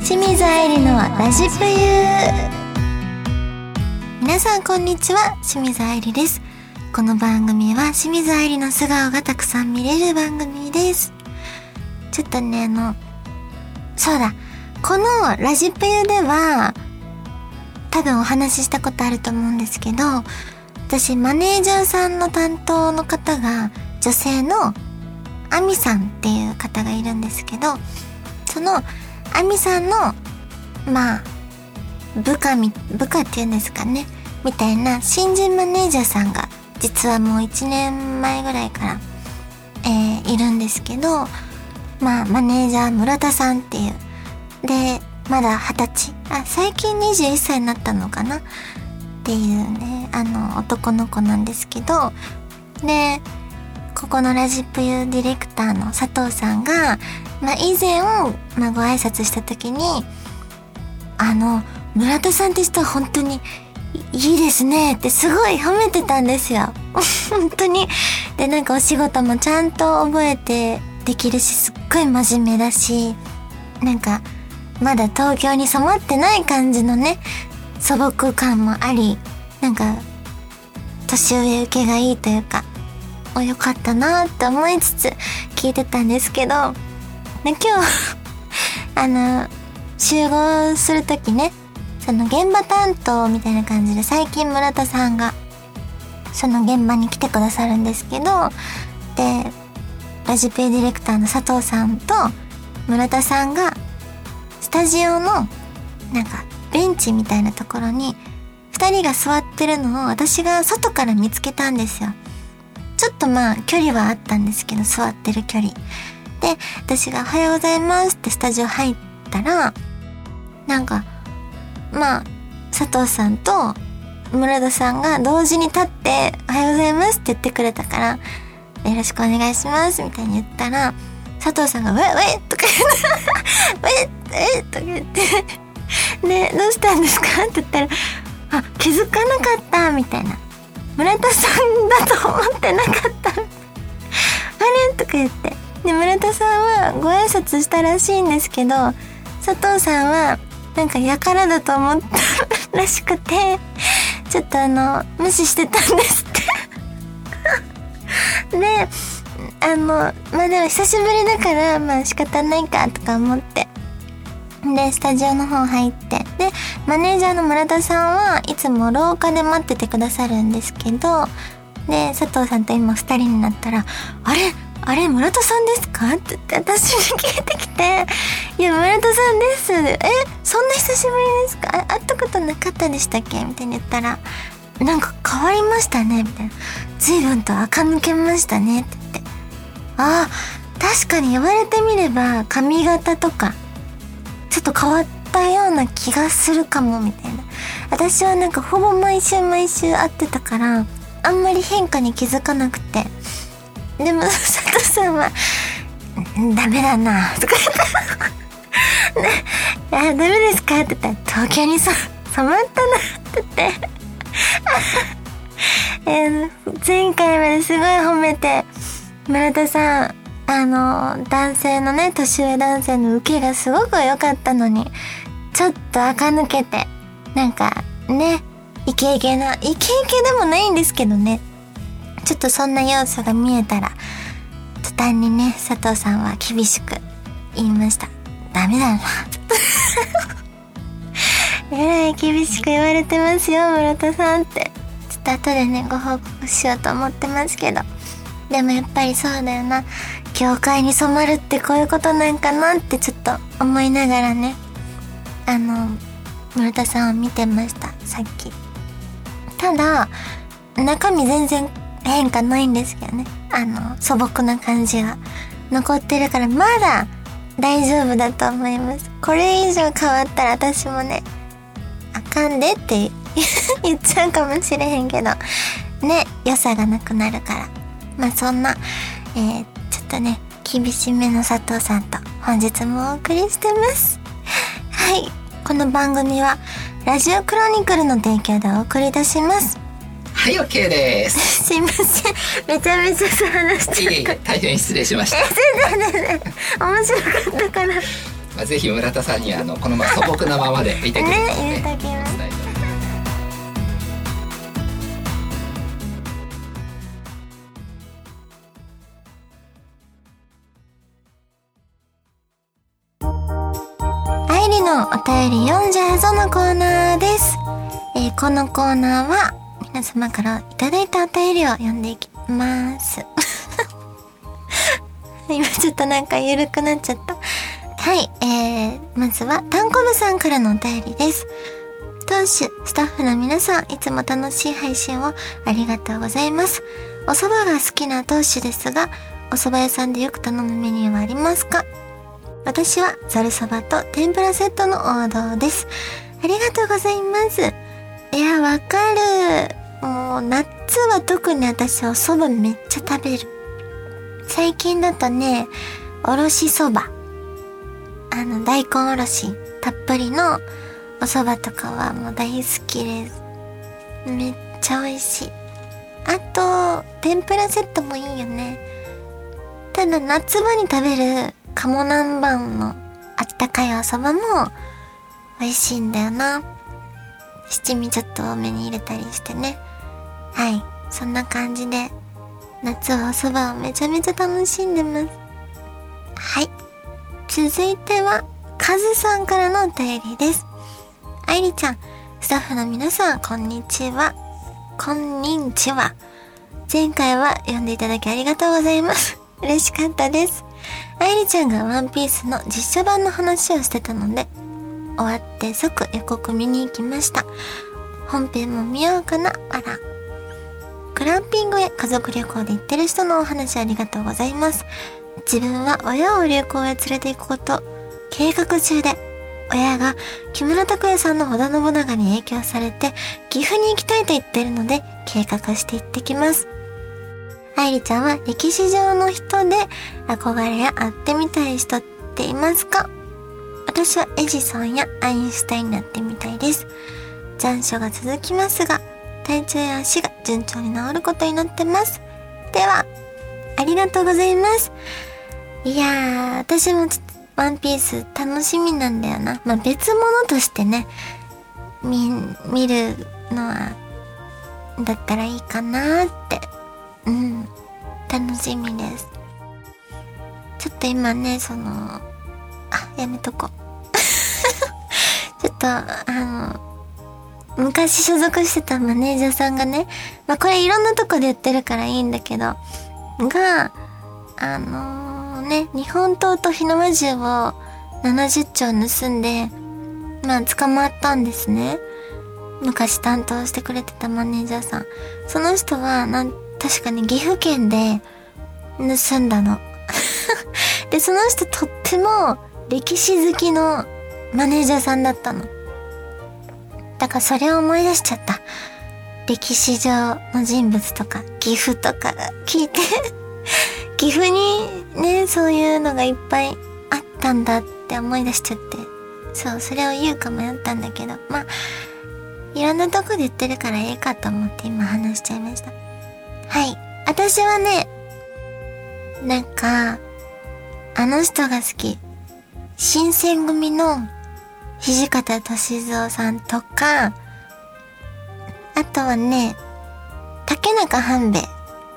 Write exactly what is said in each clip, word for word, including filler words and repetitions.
清水愛理のラジプユ。皆さんこんにちは、清水愛理です。この番組は清水愛理の素顔がたくさん見れる番組です。ちょっとね、あのそうだ、このラジプユでは多分お話ししたことあると思うんですけど、私マネージャーさんの担当の方が女性のアミさんっていう方がいるんですけど、そのアミさんのまあ部下み部下っていうんですかね、みたいな新人マネージャーさんが実はもういちねんまえぐらいから、えー、いるんですけど、まあマネージャー村田さんっていうで、まだはたち、あ最近にじゅういっさいになったのかなっていうね、あの男の子なんですけど、でここのラジプユディレクターの佐藤さんが、まあ、以前、まあ、ご挨拶した時に、あの村田さんって人は本当にいいですねってすごい褒めてたんですよ本当に。でなんかお仕事もちゃんと覚えてできるし、すっごい真面目だし、なんかまだ東京に染まってない感じのね素朴感もあり、なんか年上受けがいいというか、およかったなって思いつつ聞いてたんですけど、で今日あの集合するときね、その現場担当みたいな感じで最近村田さんがその現場に来てくださるんですけど、でラジプユディレクターの佐藤さんと村田さんがスタジオのなんかベンチみたいなところにふたりが座ってるのを私が外から見つけたんですよ。ちょっとまあ距離はあったんですけど、座ってる距離で私がおはようございますってスタジオ入ったら、なんかまあ佐藤さんと村田さんが同時に立っておはようございますって言ってくれたから、よろしくお願いしますみたいに言ったら、佐藤さんがウェウェとか言ってウェウェとか言ってでどうしたんですかって言ったら、あ気づかなかったみたいな、村田さんだと思ってなかったあれとか言って、で村田さんはご挨拶したらしいんですけど、佐藤さんはなんかやからだと思ったらしくて、ちょっとあの無視してたんですってであのまあでも久しぶりだからまあ仕方ないかとか思って、でスタジオの方入って、でマネージャーの村田さんはいつも廊下で待っててくださるんですけど、で佐藤さんと今ふたりになったら、あれあれ村田さんですかって言って私に聞いてきて、いや村田さんです、えそんな久しぶりですか、あ会ったことなかったでしたっけみたいに言ったら、なんか変わりましたねみたいな、随分と垢抜けましたねって言って、ああ確かに言われてみれば髪型とかちょっと変わったような気がするかもみたいな。私はなんかほぼ毎週毎週会ってたからあんまり変化に気づかなくて、でも佐藤さんはダメだなとか言ってね、あダメですかって言ったら、東京にそ染まったなって言ってえー、前回まですごい褒めて、村田さんあの男性のね年上男性の受けがすごく良かったのに、ちょっと垢抜けてなんかねイケイケなイケイケでもないんですけどね、ちょっとそんな要素が見えたら途端にね佐藤さんは厳しく言いました。ダメだなえらい厳しく言われてますよ村田さんって、ちょっと後でねご報告しようと思ってますけど、でもやっぱりそうだよな、業界に染まるってこういうことなんかなってちょっと思いながらね、あの村田さんを見てましたさっき。ただ中身全然変化ないんですけどね、あの素朴な感じが残ってるからまだ大丈夫だと思います。これ以上変わったら私もねあかんでって言っちゃうかもしれへんけどね、良さがなくなるから、まあそんな、えー、ちょっとね厳しめの佐藤さんと本日もお送りしてます。はい、この番組はラジオクロニクルの提供でお送りいたします。 はい、 OK ですすいません、めちゃめちゃ話しちゃった。 いえいえ、大変失礼しました。 え全然全然面白かったからまあ、ぜひ村田さんにはあのこのまま素朴なままでいてくれるので、 ね、入れてあげます。愛理のお便り読んじゃうぞのコーナーです。えー、このコーナーは皆様からいただいたお便りを読んでいきます今ちょっとなんか緩くなっちゃった。はい、えー、まずはタンコブさんからのお便りです。当主、スタッフの皆さん、いつも楽しい配信をありがとうございます。お蕎麦が好きな当主ですが、お蕎麦屋さんでよく頼むメニューはありますか？私はざるそばと天ぷらセットの王道です。ありがとうございます。いや、わかる。もう夏は特に私お蕎麦めっちゃ食べる。最近だとね、おろしそば、あの大根おろしたっぷりのお蕎麦とかはもう大好きです。めっちゃ美味しい。あと天ぷらセットもいいよね。ただ夏場に食べる鴨南蛮のあったかいお蕎麦も美味しいんだよな。七味ちょっと多めに入れたりしてね。はい、そんな感じで夏はお蕎麦をめちゃめちゃ楽しんでます。はい、続いてはカズさんからのお便りです。愛理ちゃん、スタッフの皆さん、こんにちは。こんにちは。前回は読んでいただきありがとうございます。嬉しかったです。愛理ちゃんがワンピースの実写版の話をしてたので、終わって即予告見に行きました。本編も見ようかな。あら。グランピングへ家族旅行で行ってる人のお話ありがとうございます。自分は親を旅行へ連れて行くこと計画中で、親が木村拓哉さんの織田信長に影響されて岐阜に行きたいと言ってるので計画して行ってきます。愛理ちゃんは歴史上の人で憧れや会ってみたい人っていますか？私はエジソンやアインシュタインになってみたいです。残暑が続きますが、体調や足が順調に治ることになってます。では、ありがとうございます。いやー、私もちょっとワンピース楽しみなんだよな。まあ、別物としてね、見、見るのは、だったらいいかなーって。うん。楽しみです。ちょっと今ね、その、あ、やめとこう。ちょっと、あの、昔所属してたマネージャーさんがね、まあこれいろんなとこで言ってるからいいんだけど、が、あのー、ね、日本刀と火の魔銃をななじゅっちょう盗んで、まあ捕まったんですね。昔担当してくれてたマネージャーさん。その人は、なん、確かに岐阜県で盗んだの。で、その人とっても歴史好きのマネージャーさんだったの。だからそれを思い出しちゃった。歴史上の人物とか岐阜とか聞いて岐阜にね、そういうのがいっぱいあったんだって思い出しちゃって、そう、それを言うか迷ったんだけど、まあいろんなとこで言ってるからええかと思って今話しちゃいました。はい、私はね、なんかあの人が好き。新選組の土方歳三さんとか、あとはね、竹中半兵衛。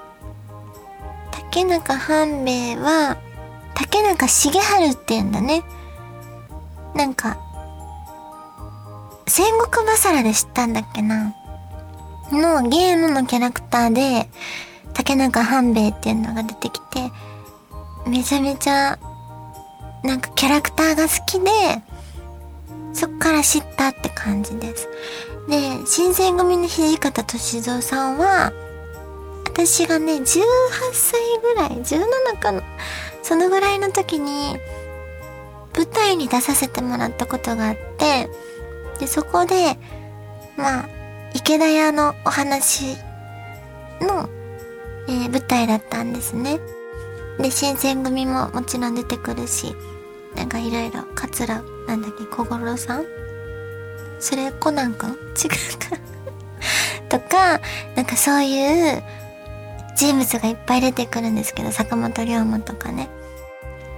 竹中半兵衛は、竹中重治って言うんだね。なんか、戦国バサラで知ったんだっけな。のゲームのキャラクターで、竹中半兵衛っていうのが出てきて、めちゃめちゃ、なんかキャラクターが好きで、そっから知ったって感じです。で、新選組の土方歳三さんは、私がね、じゅうはっさいぐらい、じゅうななかな、そのぐらいの時に、舞台に出させてもらったことがあって、で、そこで、まあ、池田屋のお話の、えー、舞台だったんですね。で、新選組ももちろん出てくるし、なんかいろいろ、桂、なんだっけ、小五郎さん？それコナンくん？違うかとか、なんかそういう人物がいっぱい出てくるんですけど、坂本龍馬とかね。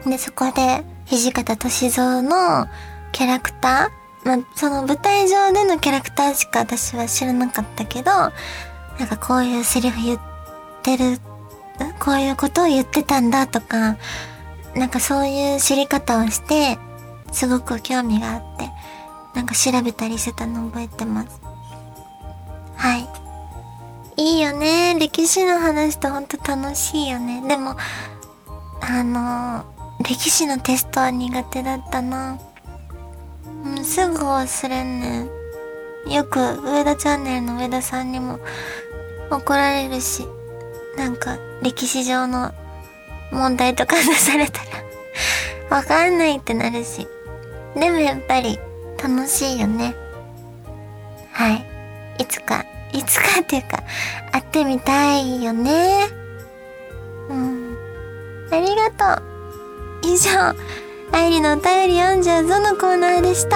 で、そこで土方歳三のキャラクター、まあ、その舞台上でのキャラクターしか私は知らなかったけど、なんかこういうセリフ言ってる、こういうことを言ってたんだとか、なんかそういう知り方をして、すごく興味があって、なんか調べたりしてたのを覚えてます。はい。いいよね。歴史の話ってほんと楽しいよね。でも、あの、歴史のテストは苦手だったな。うん、すぐ忘れんねん。よく上田チャンネルの上田さんにも怒られるし、なんか歴史上の問題とか出されたらわかんないってなるし。でもやっぱり楽しいよね。はい。いつか、いつかっていうか、会ってみたいよね。うん。ありがとう。以上、愛理のお便り読んじゃうぞのコーナーでした。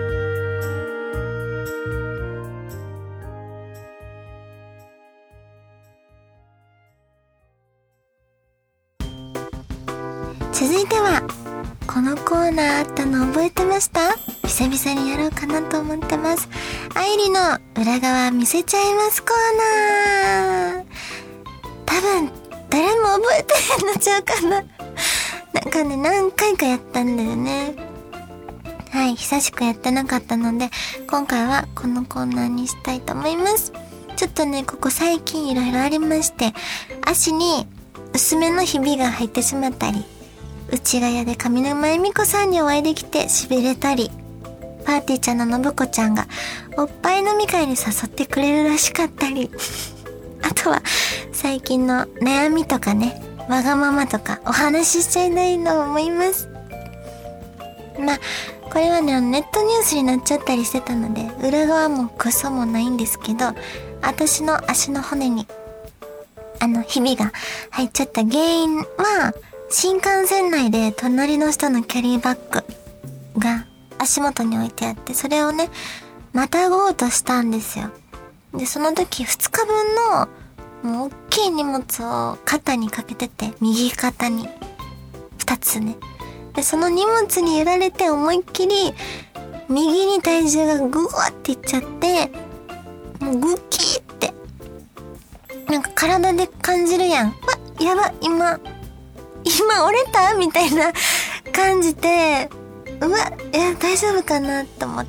続いては、このコーナーあったの覚えてました？久々にやろうかなと思ってます。愛理の裏側見せちゃいますコーナー。多分、誰も覚えてへんのちゃうかな。なんかね、何回かやったんだよね。はい、久しくやってなかったので、今回はこのコーナーにしたいと思います。ちょっとね、ここ最近いろいろありまして、足に薄めのひびが入ってしまったり、内ヶ谷で上沼恵美子さんにお会いできて痺れたり、パーティーちゃんの信子ちゃんがおっぱい飲み会に誘ってくれるらしかったり、あとは最近の悩みとかね、わがままとかお話ししちゃいないと思います。まあ、これはね、ネットニュースになっちゃったりしてたので、裏側もクソもないんですけど、私の足の骨に、あの、ひびが入っちゃった原因は、新幹線内で隣の人のキャリーバッグが足元に置いてあって、それをね、またごうとしたんですよ。で、その時ふつかぶんの、もう大きい荷物を肩にかけてて、右肩に。二つね。で、その荷物に揺られて思いっきり、右に体重がグワっていっちゃって、もうグキーって、なんか体で感じるやん。わ、やば、今、今折れたみたいな感じで、うわ、いや、大丈夫かなと思って、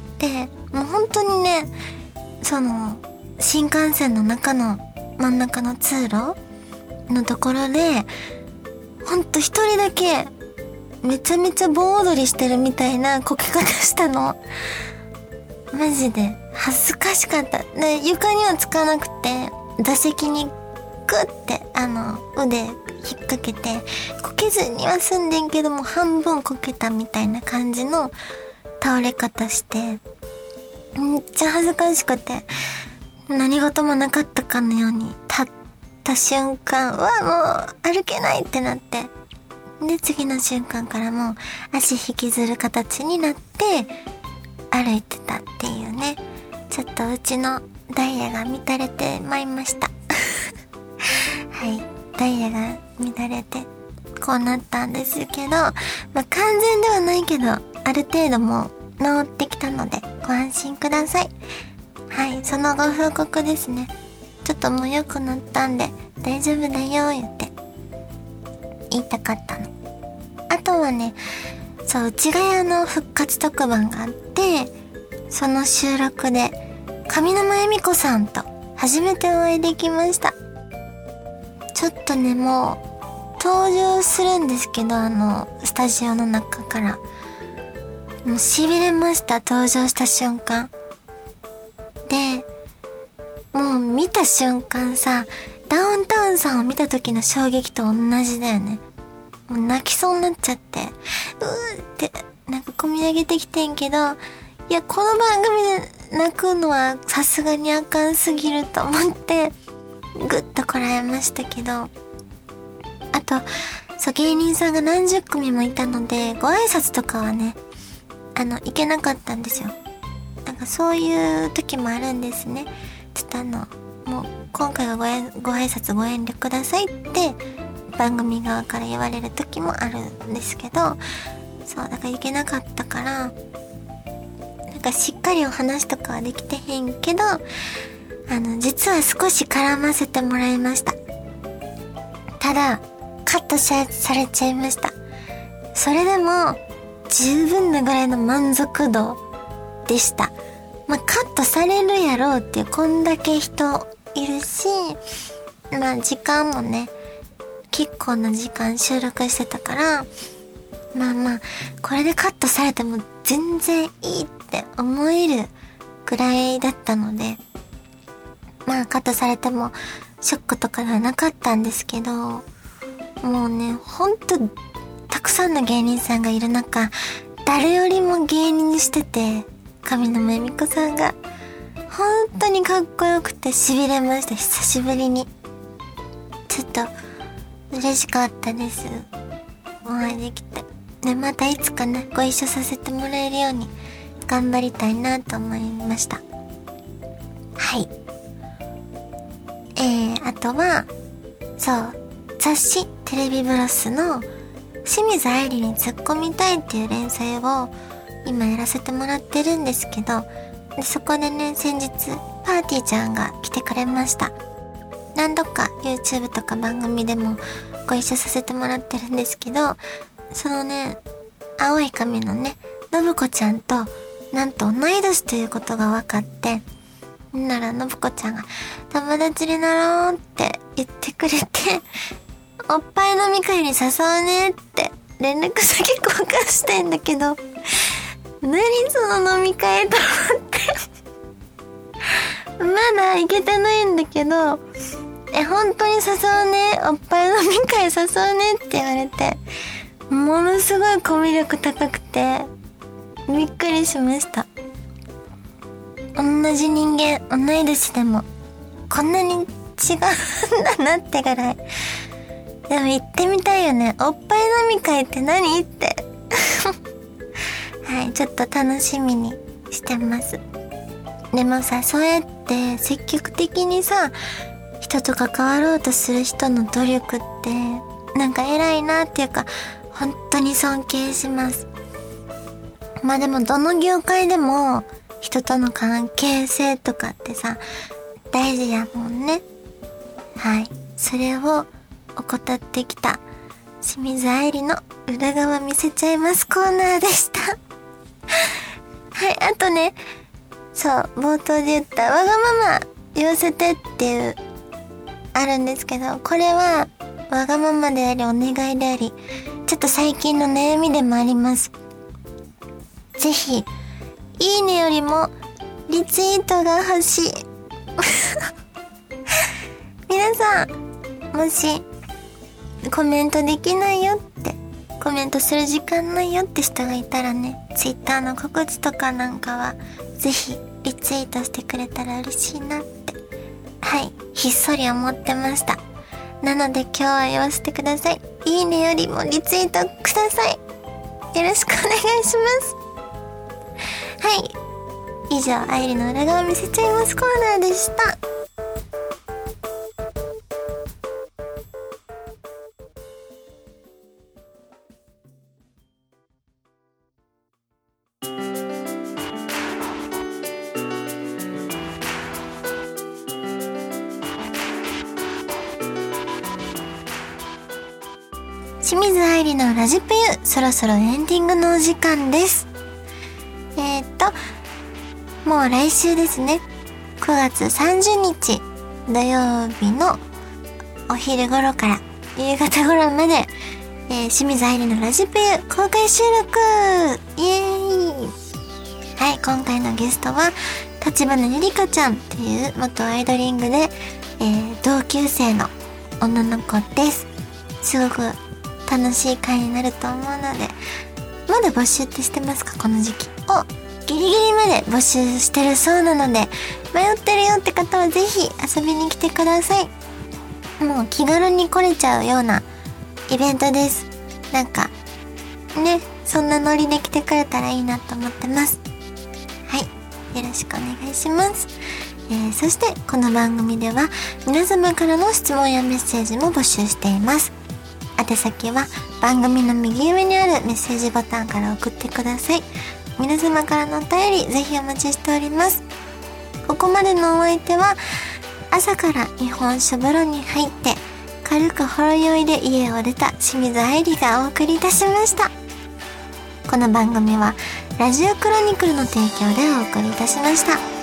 もう本当にね、その、新幹線の中の真ん中の通路のところで、ほんと一人だけ、めちゃめちゃ盆踊りしてるみたいなこけ方したの。マジで、恥ずかしかった。で、床にはつかなくて、座席にグッて、あの、腕引っ掛けて、こけずには済んでんけども、半分こけたみたいな感じの倒れ方して、めっちゃ恥ずかしくて、何事もなかったかのように立った瞬間はもう歩けないってなって、で、次の瞬間からもう足引きずる形になって歩いてたっていうね、ちょっとうちのダイヤが乱れてまいりました。はい、ダイヤが乱れてこうなったんですけど、まあ、完全ではないけど、ある程度もう治ってきたのでご安心ください。はい、そのご報告ですね。ちょっともう良くなったんで大丈夫だよ言って言いたかったの。あとはね、そう、内ヶ谷の復活特番があって、その収録で上沼恵美子さんと初めてお会いできました。ちょっとね、もう登場するんですけど、あのスタジオの中からもう痺れました。登場した瞬間で、もう見た瞬間さ、ダウンタウンさんを見た時の衝撃と同じだよね。もう泣きそうになっちゃって、うーってなんか込み上げてきてんけど、いや、この番組で泣くのはさすがにあかんすぎると思ってぐっとこらえましたけど、あとそう、芸人さんが何十組もいたのでご挨拶とかはね、あの行けなかったんですよ。なんかそういう時もあるんですね。ちょっとあのもう今回はごえご挨拶ご遠慮くださいって番組側から言われる時もあるんですけど、そうだから行けなかったから、なんかしっかりお話とかはできてへんけど、あの実は少し絡ませてもらいました。ただカットされちゃいました。それでも十分なぐらいの満足度でした。まあ、カットされるやろうっていう、こんだけ人いるし、まあ時間もね結構な時間収録してたから、まあまあこれでカットされても全然いいって思えるぐらいだったので、まあカットされてもショックとかではなかったんですけど、もうねほんとたくさんの芸人さんがいる中、誰よりも芸人にしてて上沼恵美子さんが本当にかっこよくて痺れました。久しぶりにちょっと嬉しかったです。お会いできてね、またいつかねご一緒させてもらえるように頑張りたいなと思いました。はい。えー、あとはそう雑誌テレビブロスの清水愛理に突っ込みたいっていう連載を今やらせてもらってるんですけど、でそこでね先日パーティーちゃんが来てくれました。何度か YouTube とか番組でもご一緒させてもらってるんですけど、そのね青い髪のね信子ちゃんとなんと同い年ということが分かって、なら信子ちゃんが友達になろうって言ってくれて、おっぱい飲み会に誘うねって連絡先交換してんだけど、何その飲み会と思ってまだ行けてないんだけど、え本当に誘うね、おっぱい飲み会誘うねって言われて、ものすごいコミュ力高くてびっくりしました。同じ人間同い年でもこんなに違うんだなってぐらい。でも行ってみたいよね。おっぱい飲み会って何ってはい、ちょっと楽しみにしてます。でもさ、そうやって積極的にさ人と関わろうとする人の努力ってなんか偉いなっていうか、本当に尊敬します。まあでもどの業界でも人との関係性とかってさ大事やもんね。はい、それを怠ってきた清水愛理の裏側見せちゃいますコーナーでしたはい、あとね、そう冒頭で言ったわがまま言わせてっていうあるんですけど、これはわがままでありお願いであり、ちょっと最近の悩みでもあります。ぜひいいねよりもリツイートが欲しい皆さんもしコメントできないよって、コメントする時間ないよって人がいたらね、ツイッターの告知とかなんかはぜひリツイートしてくれたら嬉しいなって、はいひっそり思ってました。なので今日は言わせてください。いいねよりもリツイートください。よろしくお願いします。はい、以上愛理の裏側見せちゃいますコーナーでした。清水愛理のラジプユ、そろそろエンディングのお時間です。えー、っともう来週ですね、くがつさんじゅうにち土曜日のお昼頃から夕方頃まで、えー、清水愛理のラジプユ公開収録イエーイ。はい、今回のゲストは立花ゆりかちゃんっていう元アイドリングで、えー、同級生の女の子です。すごく楽しい回になると思うので、まだ募集ってしてますか？この時期をギリギリまで募集してるそうなので、迷ってるよって方はぜひ遊びに来てください。もう気軽に来れちゃうようなイベントです。なんかね、そんなノリで来てくれたらいいなと思ってます。はい、よろしくお願いします。えー、そしてこの番組では皆様からの質問やメッセージも募集しています。 宛先は番組の右上にあるメッセージボタンから送ってください。皆様からのお便りぜひお待ちしております。ここまでのお相手は朝から日本酒風呂に入って軽くほろ酔いで家を出た清水愛理がお送りいたしました。この番組はラジオクロニクルの提供でお送りいたしました。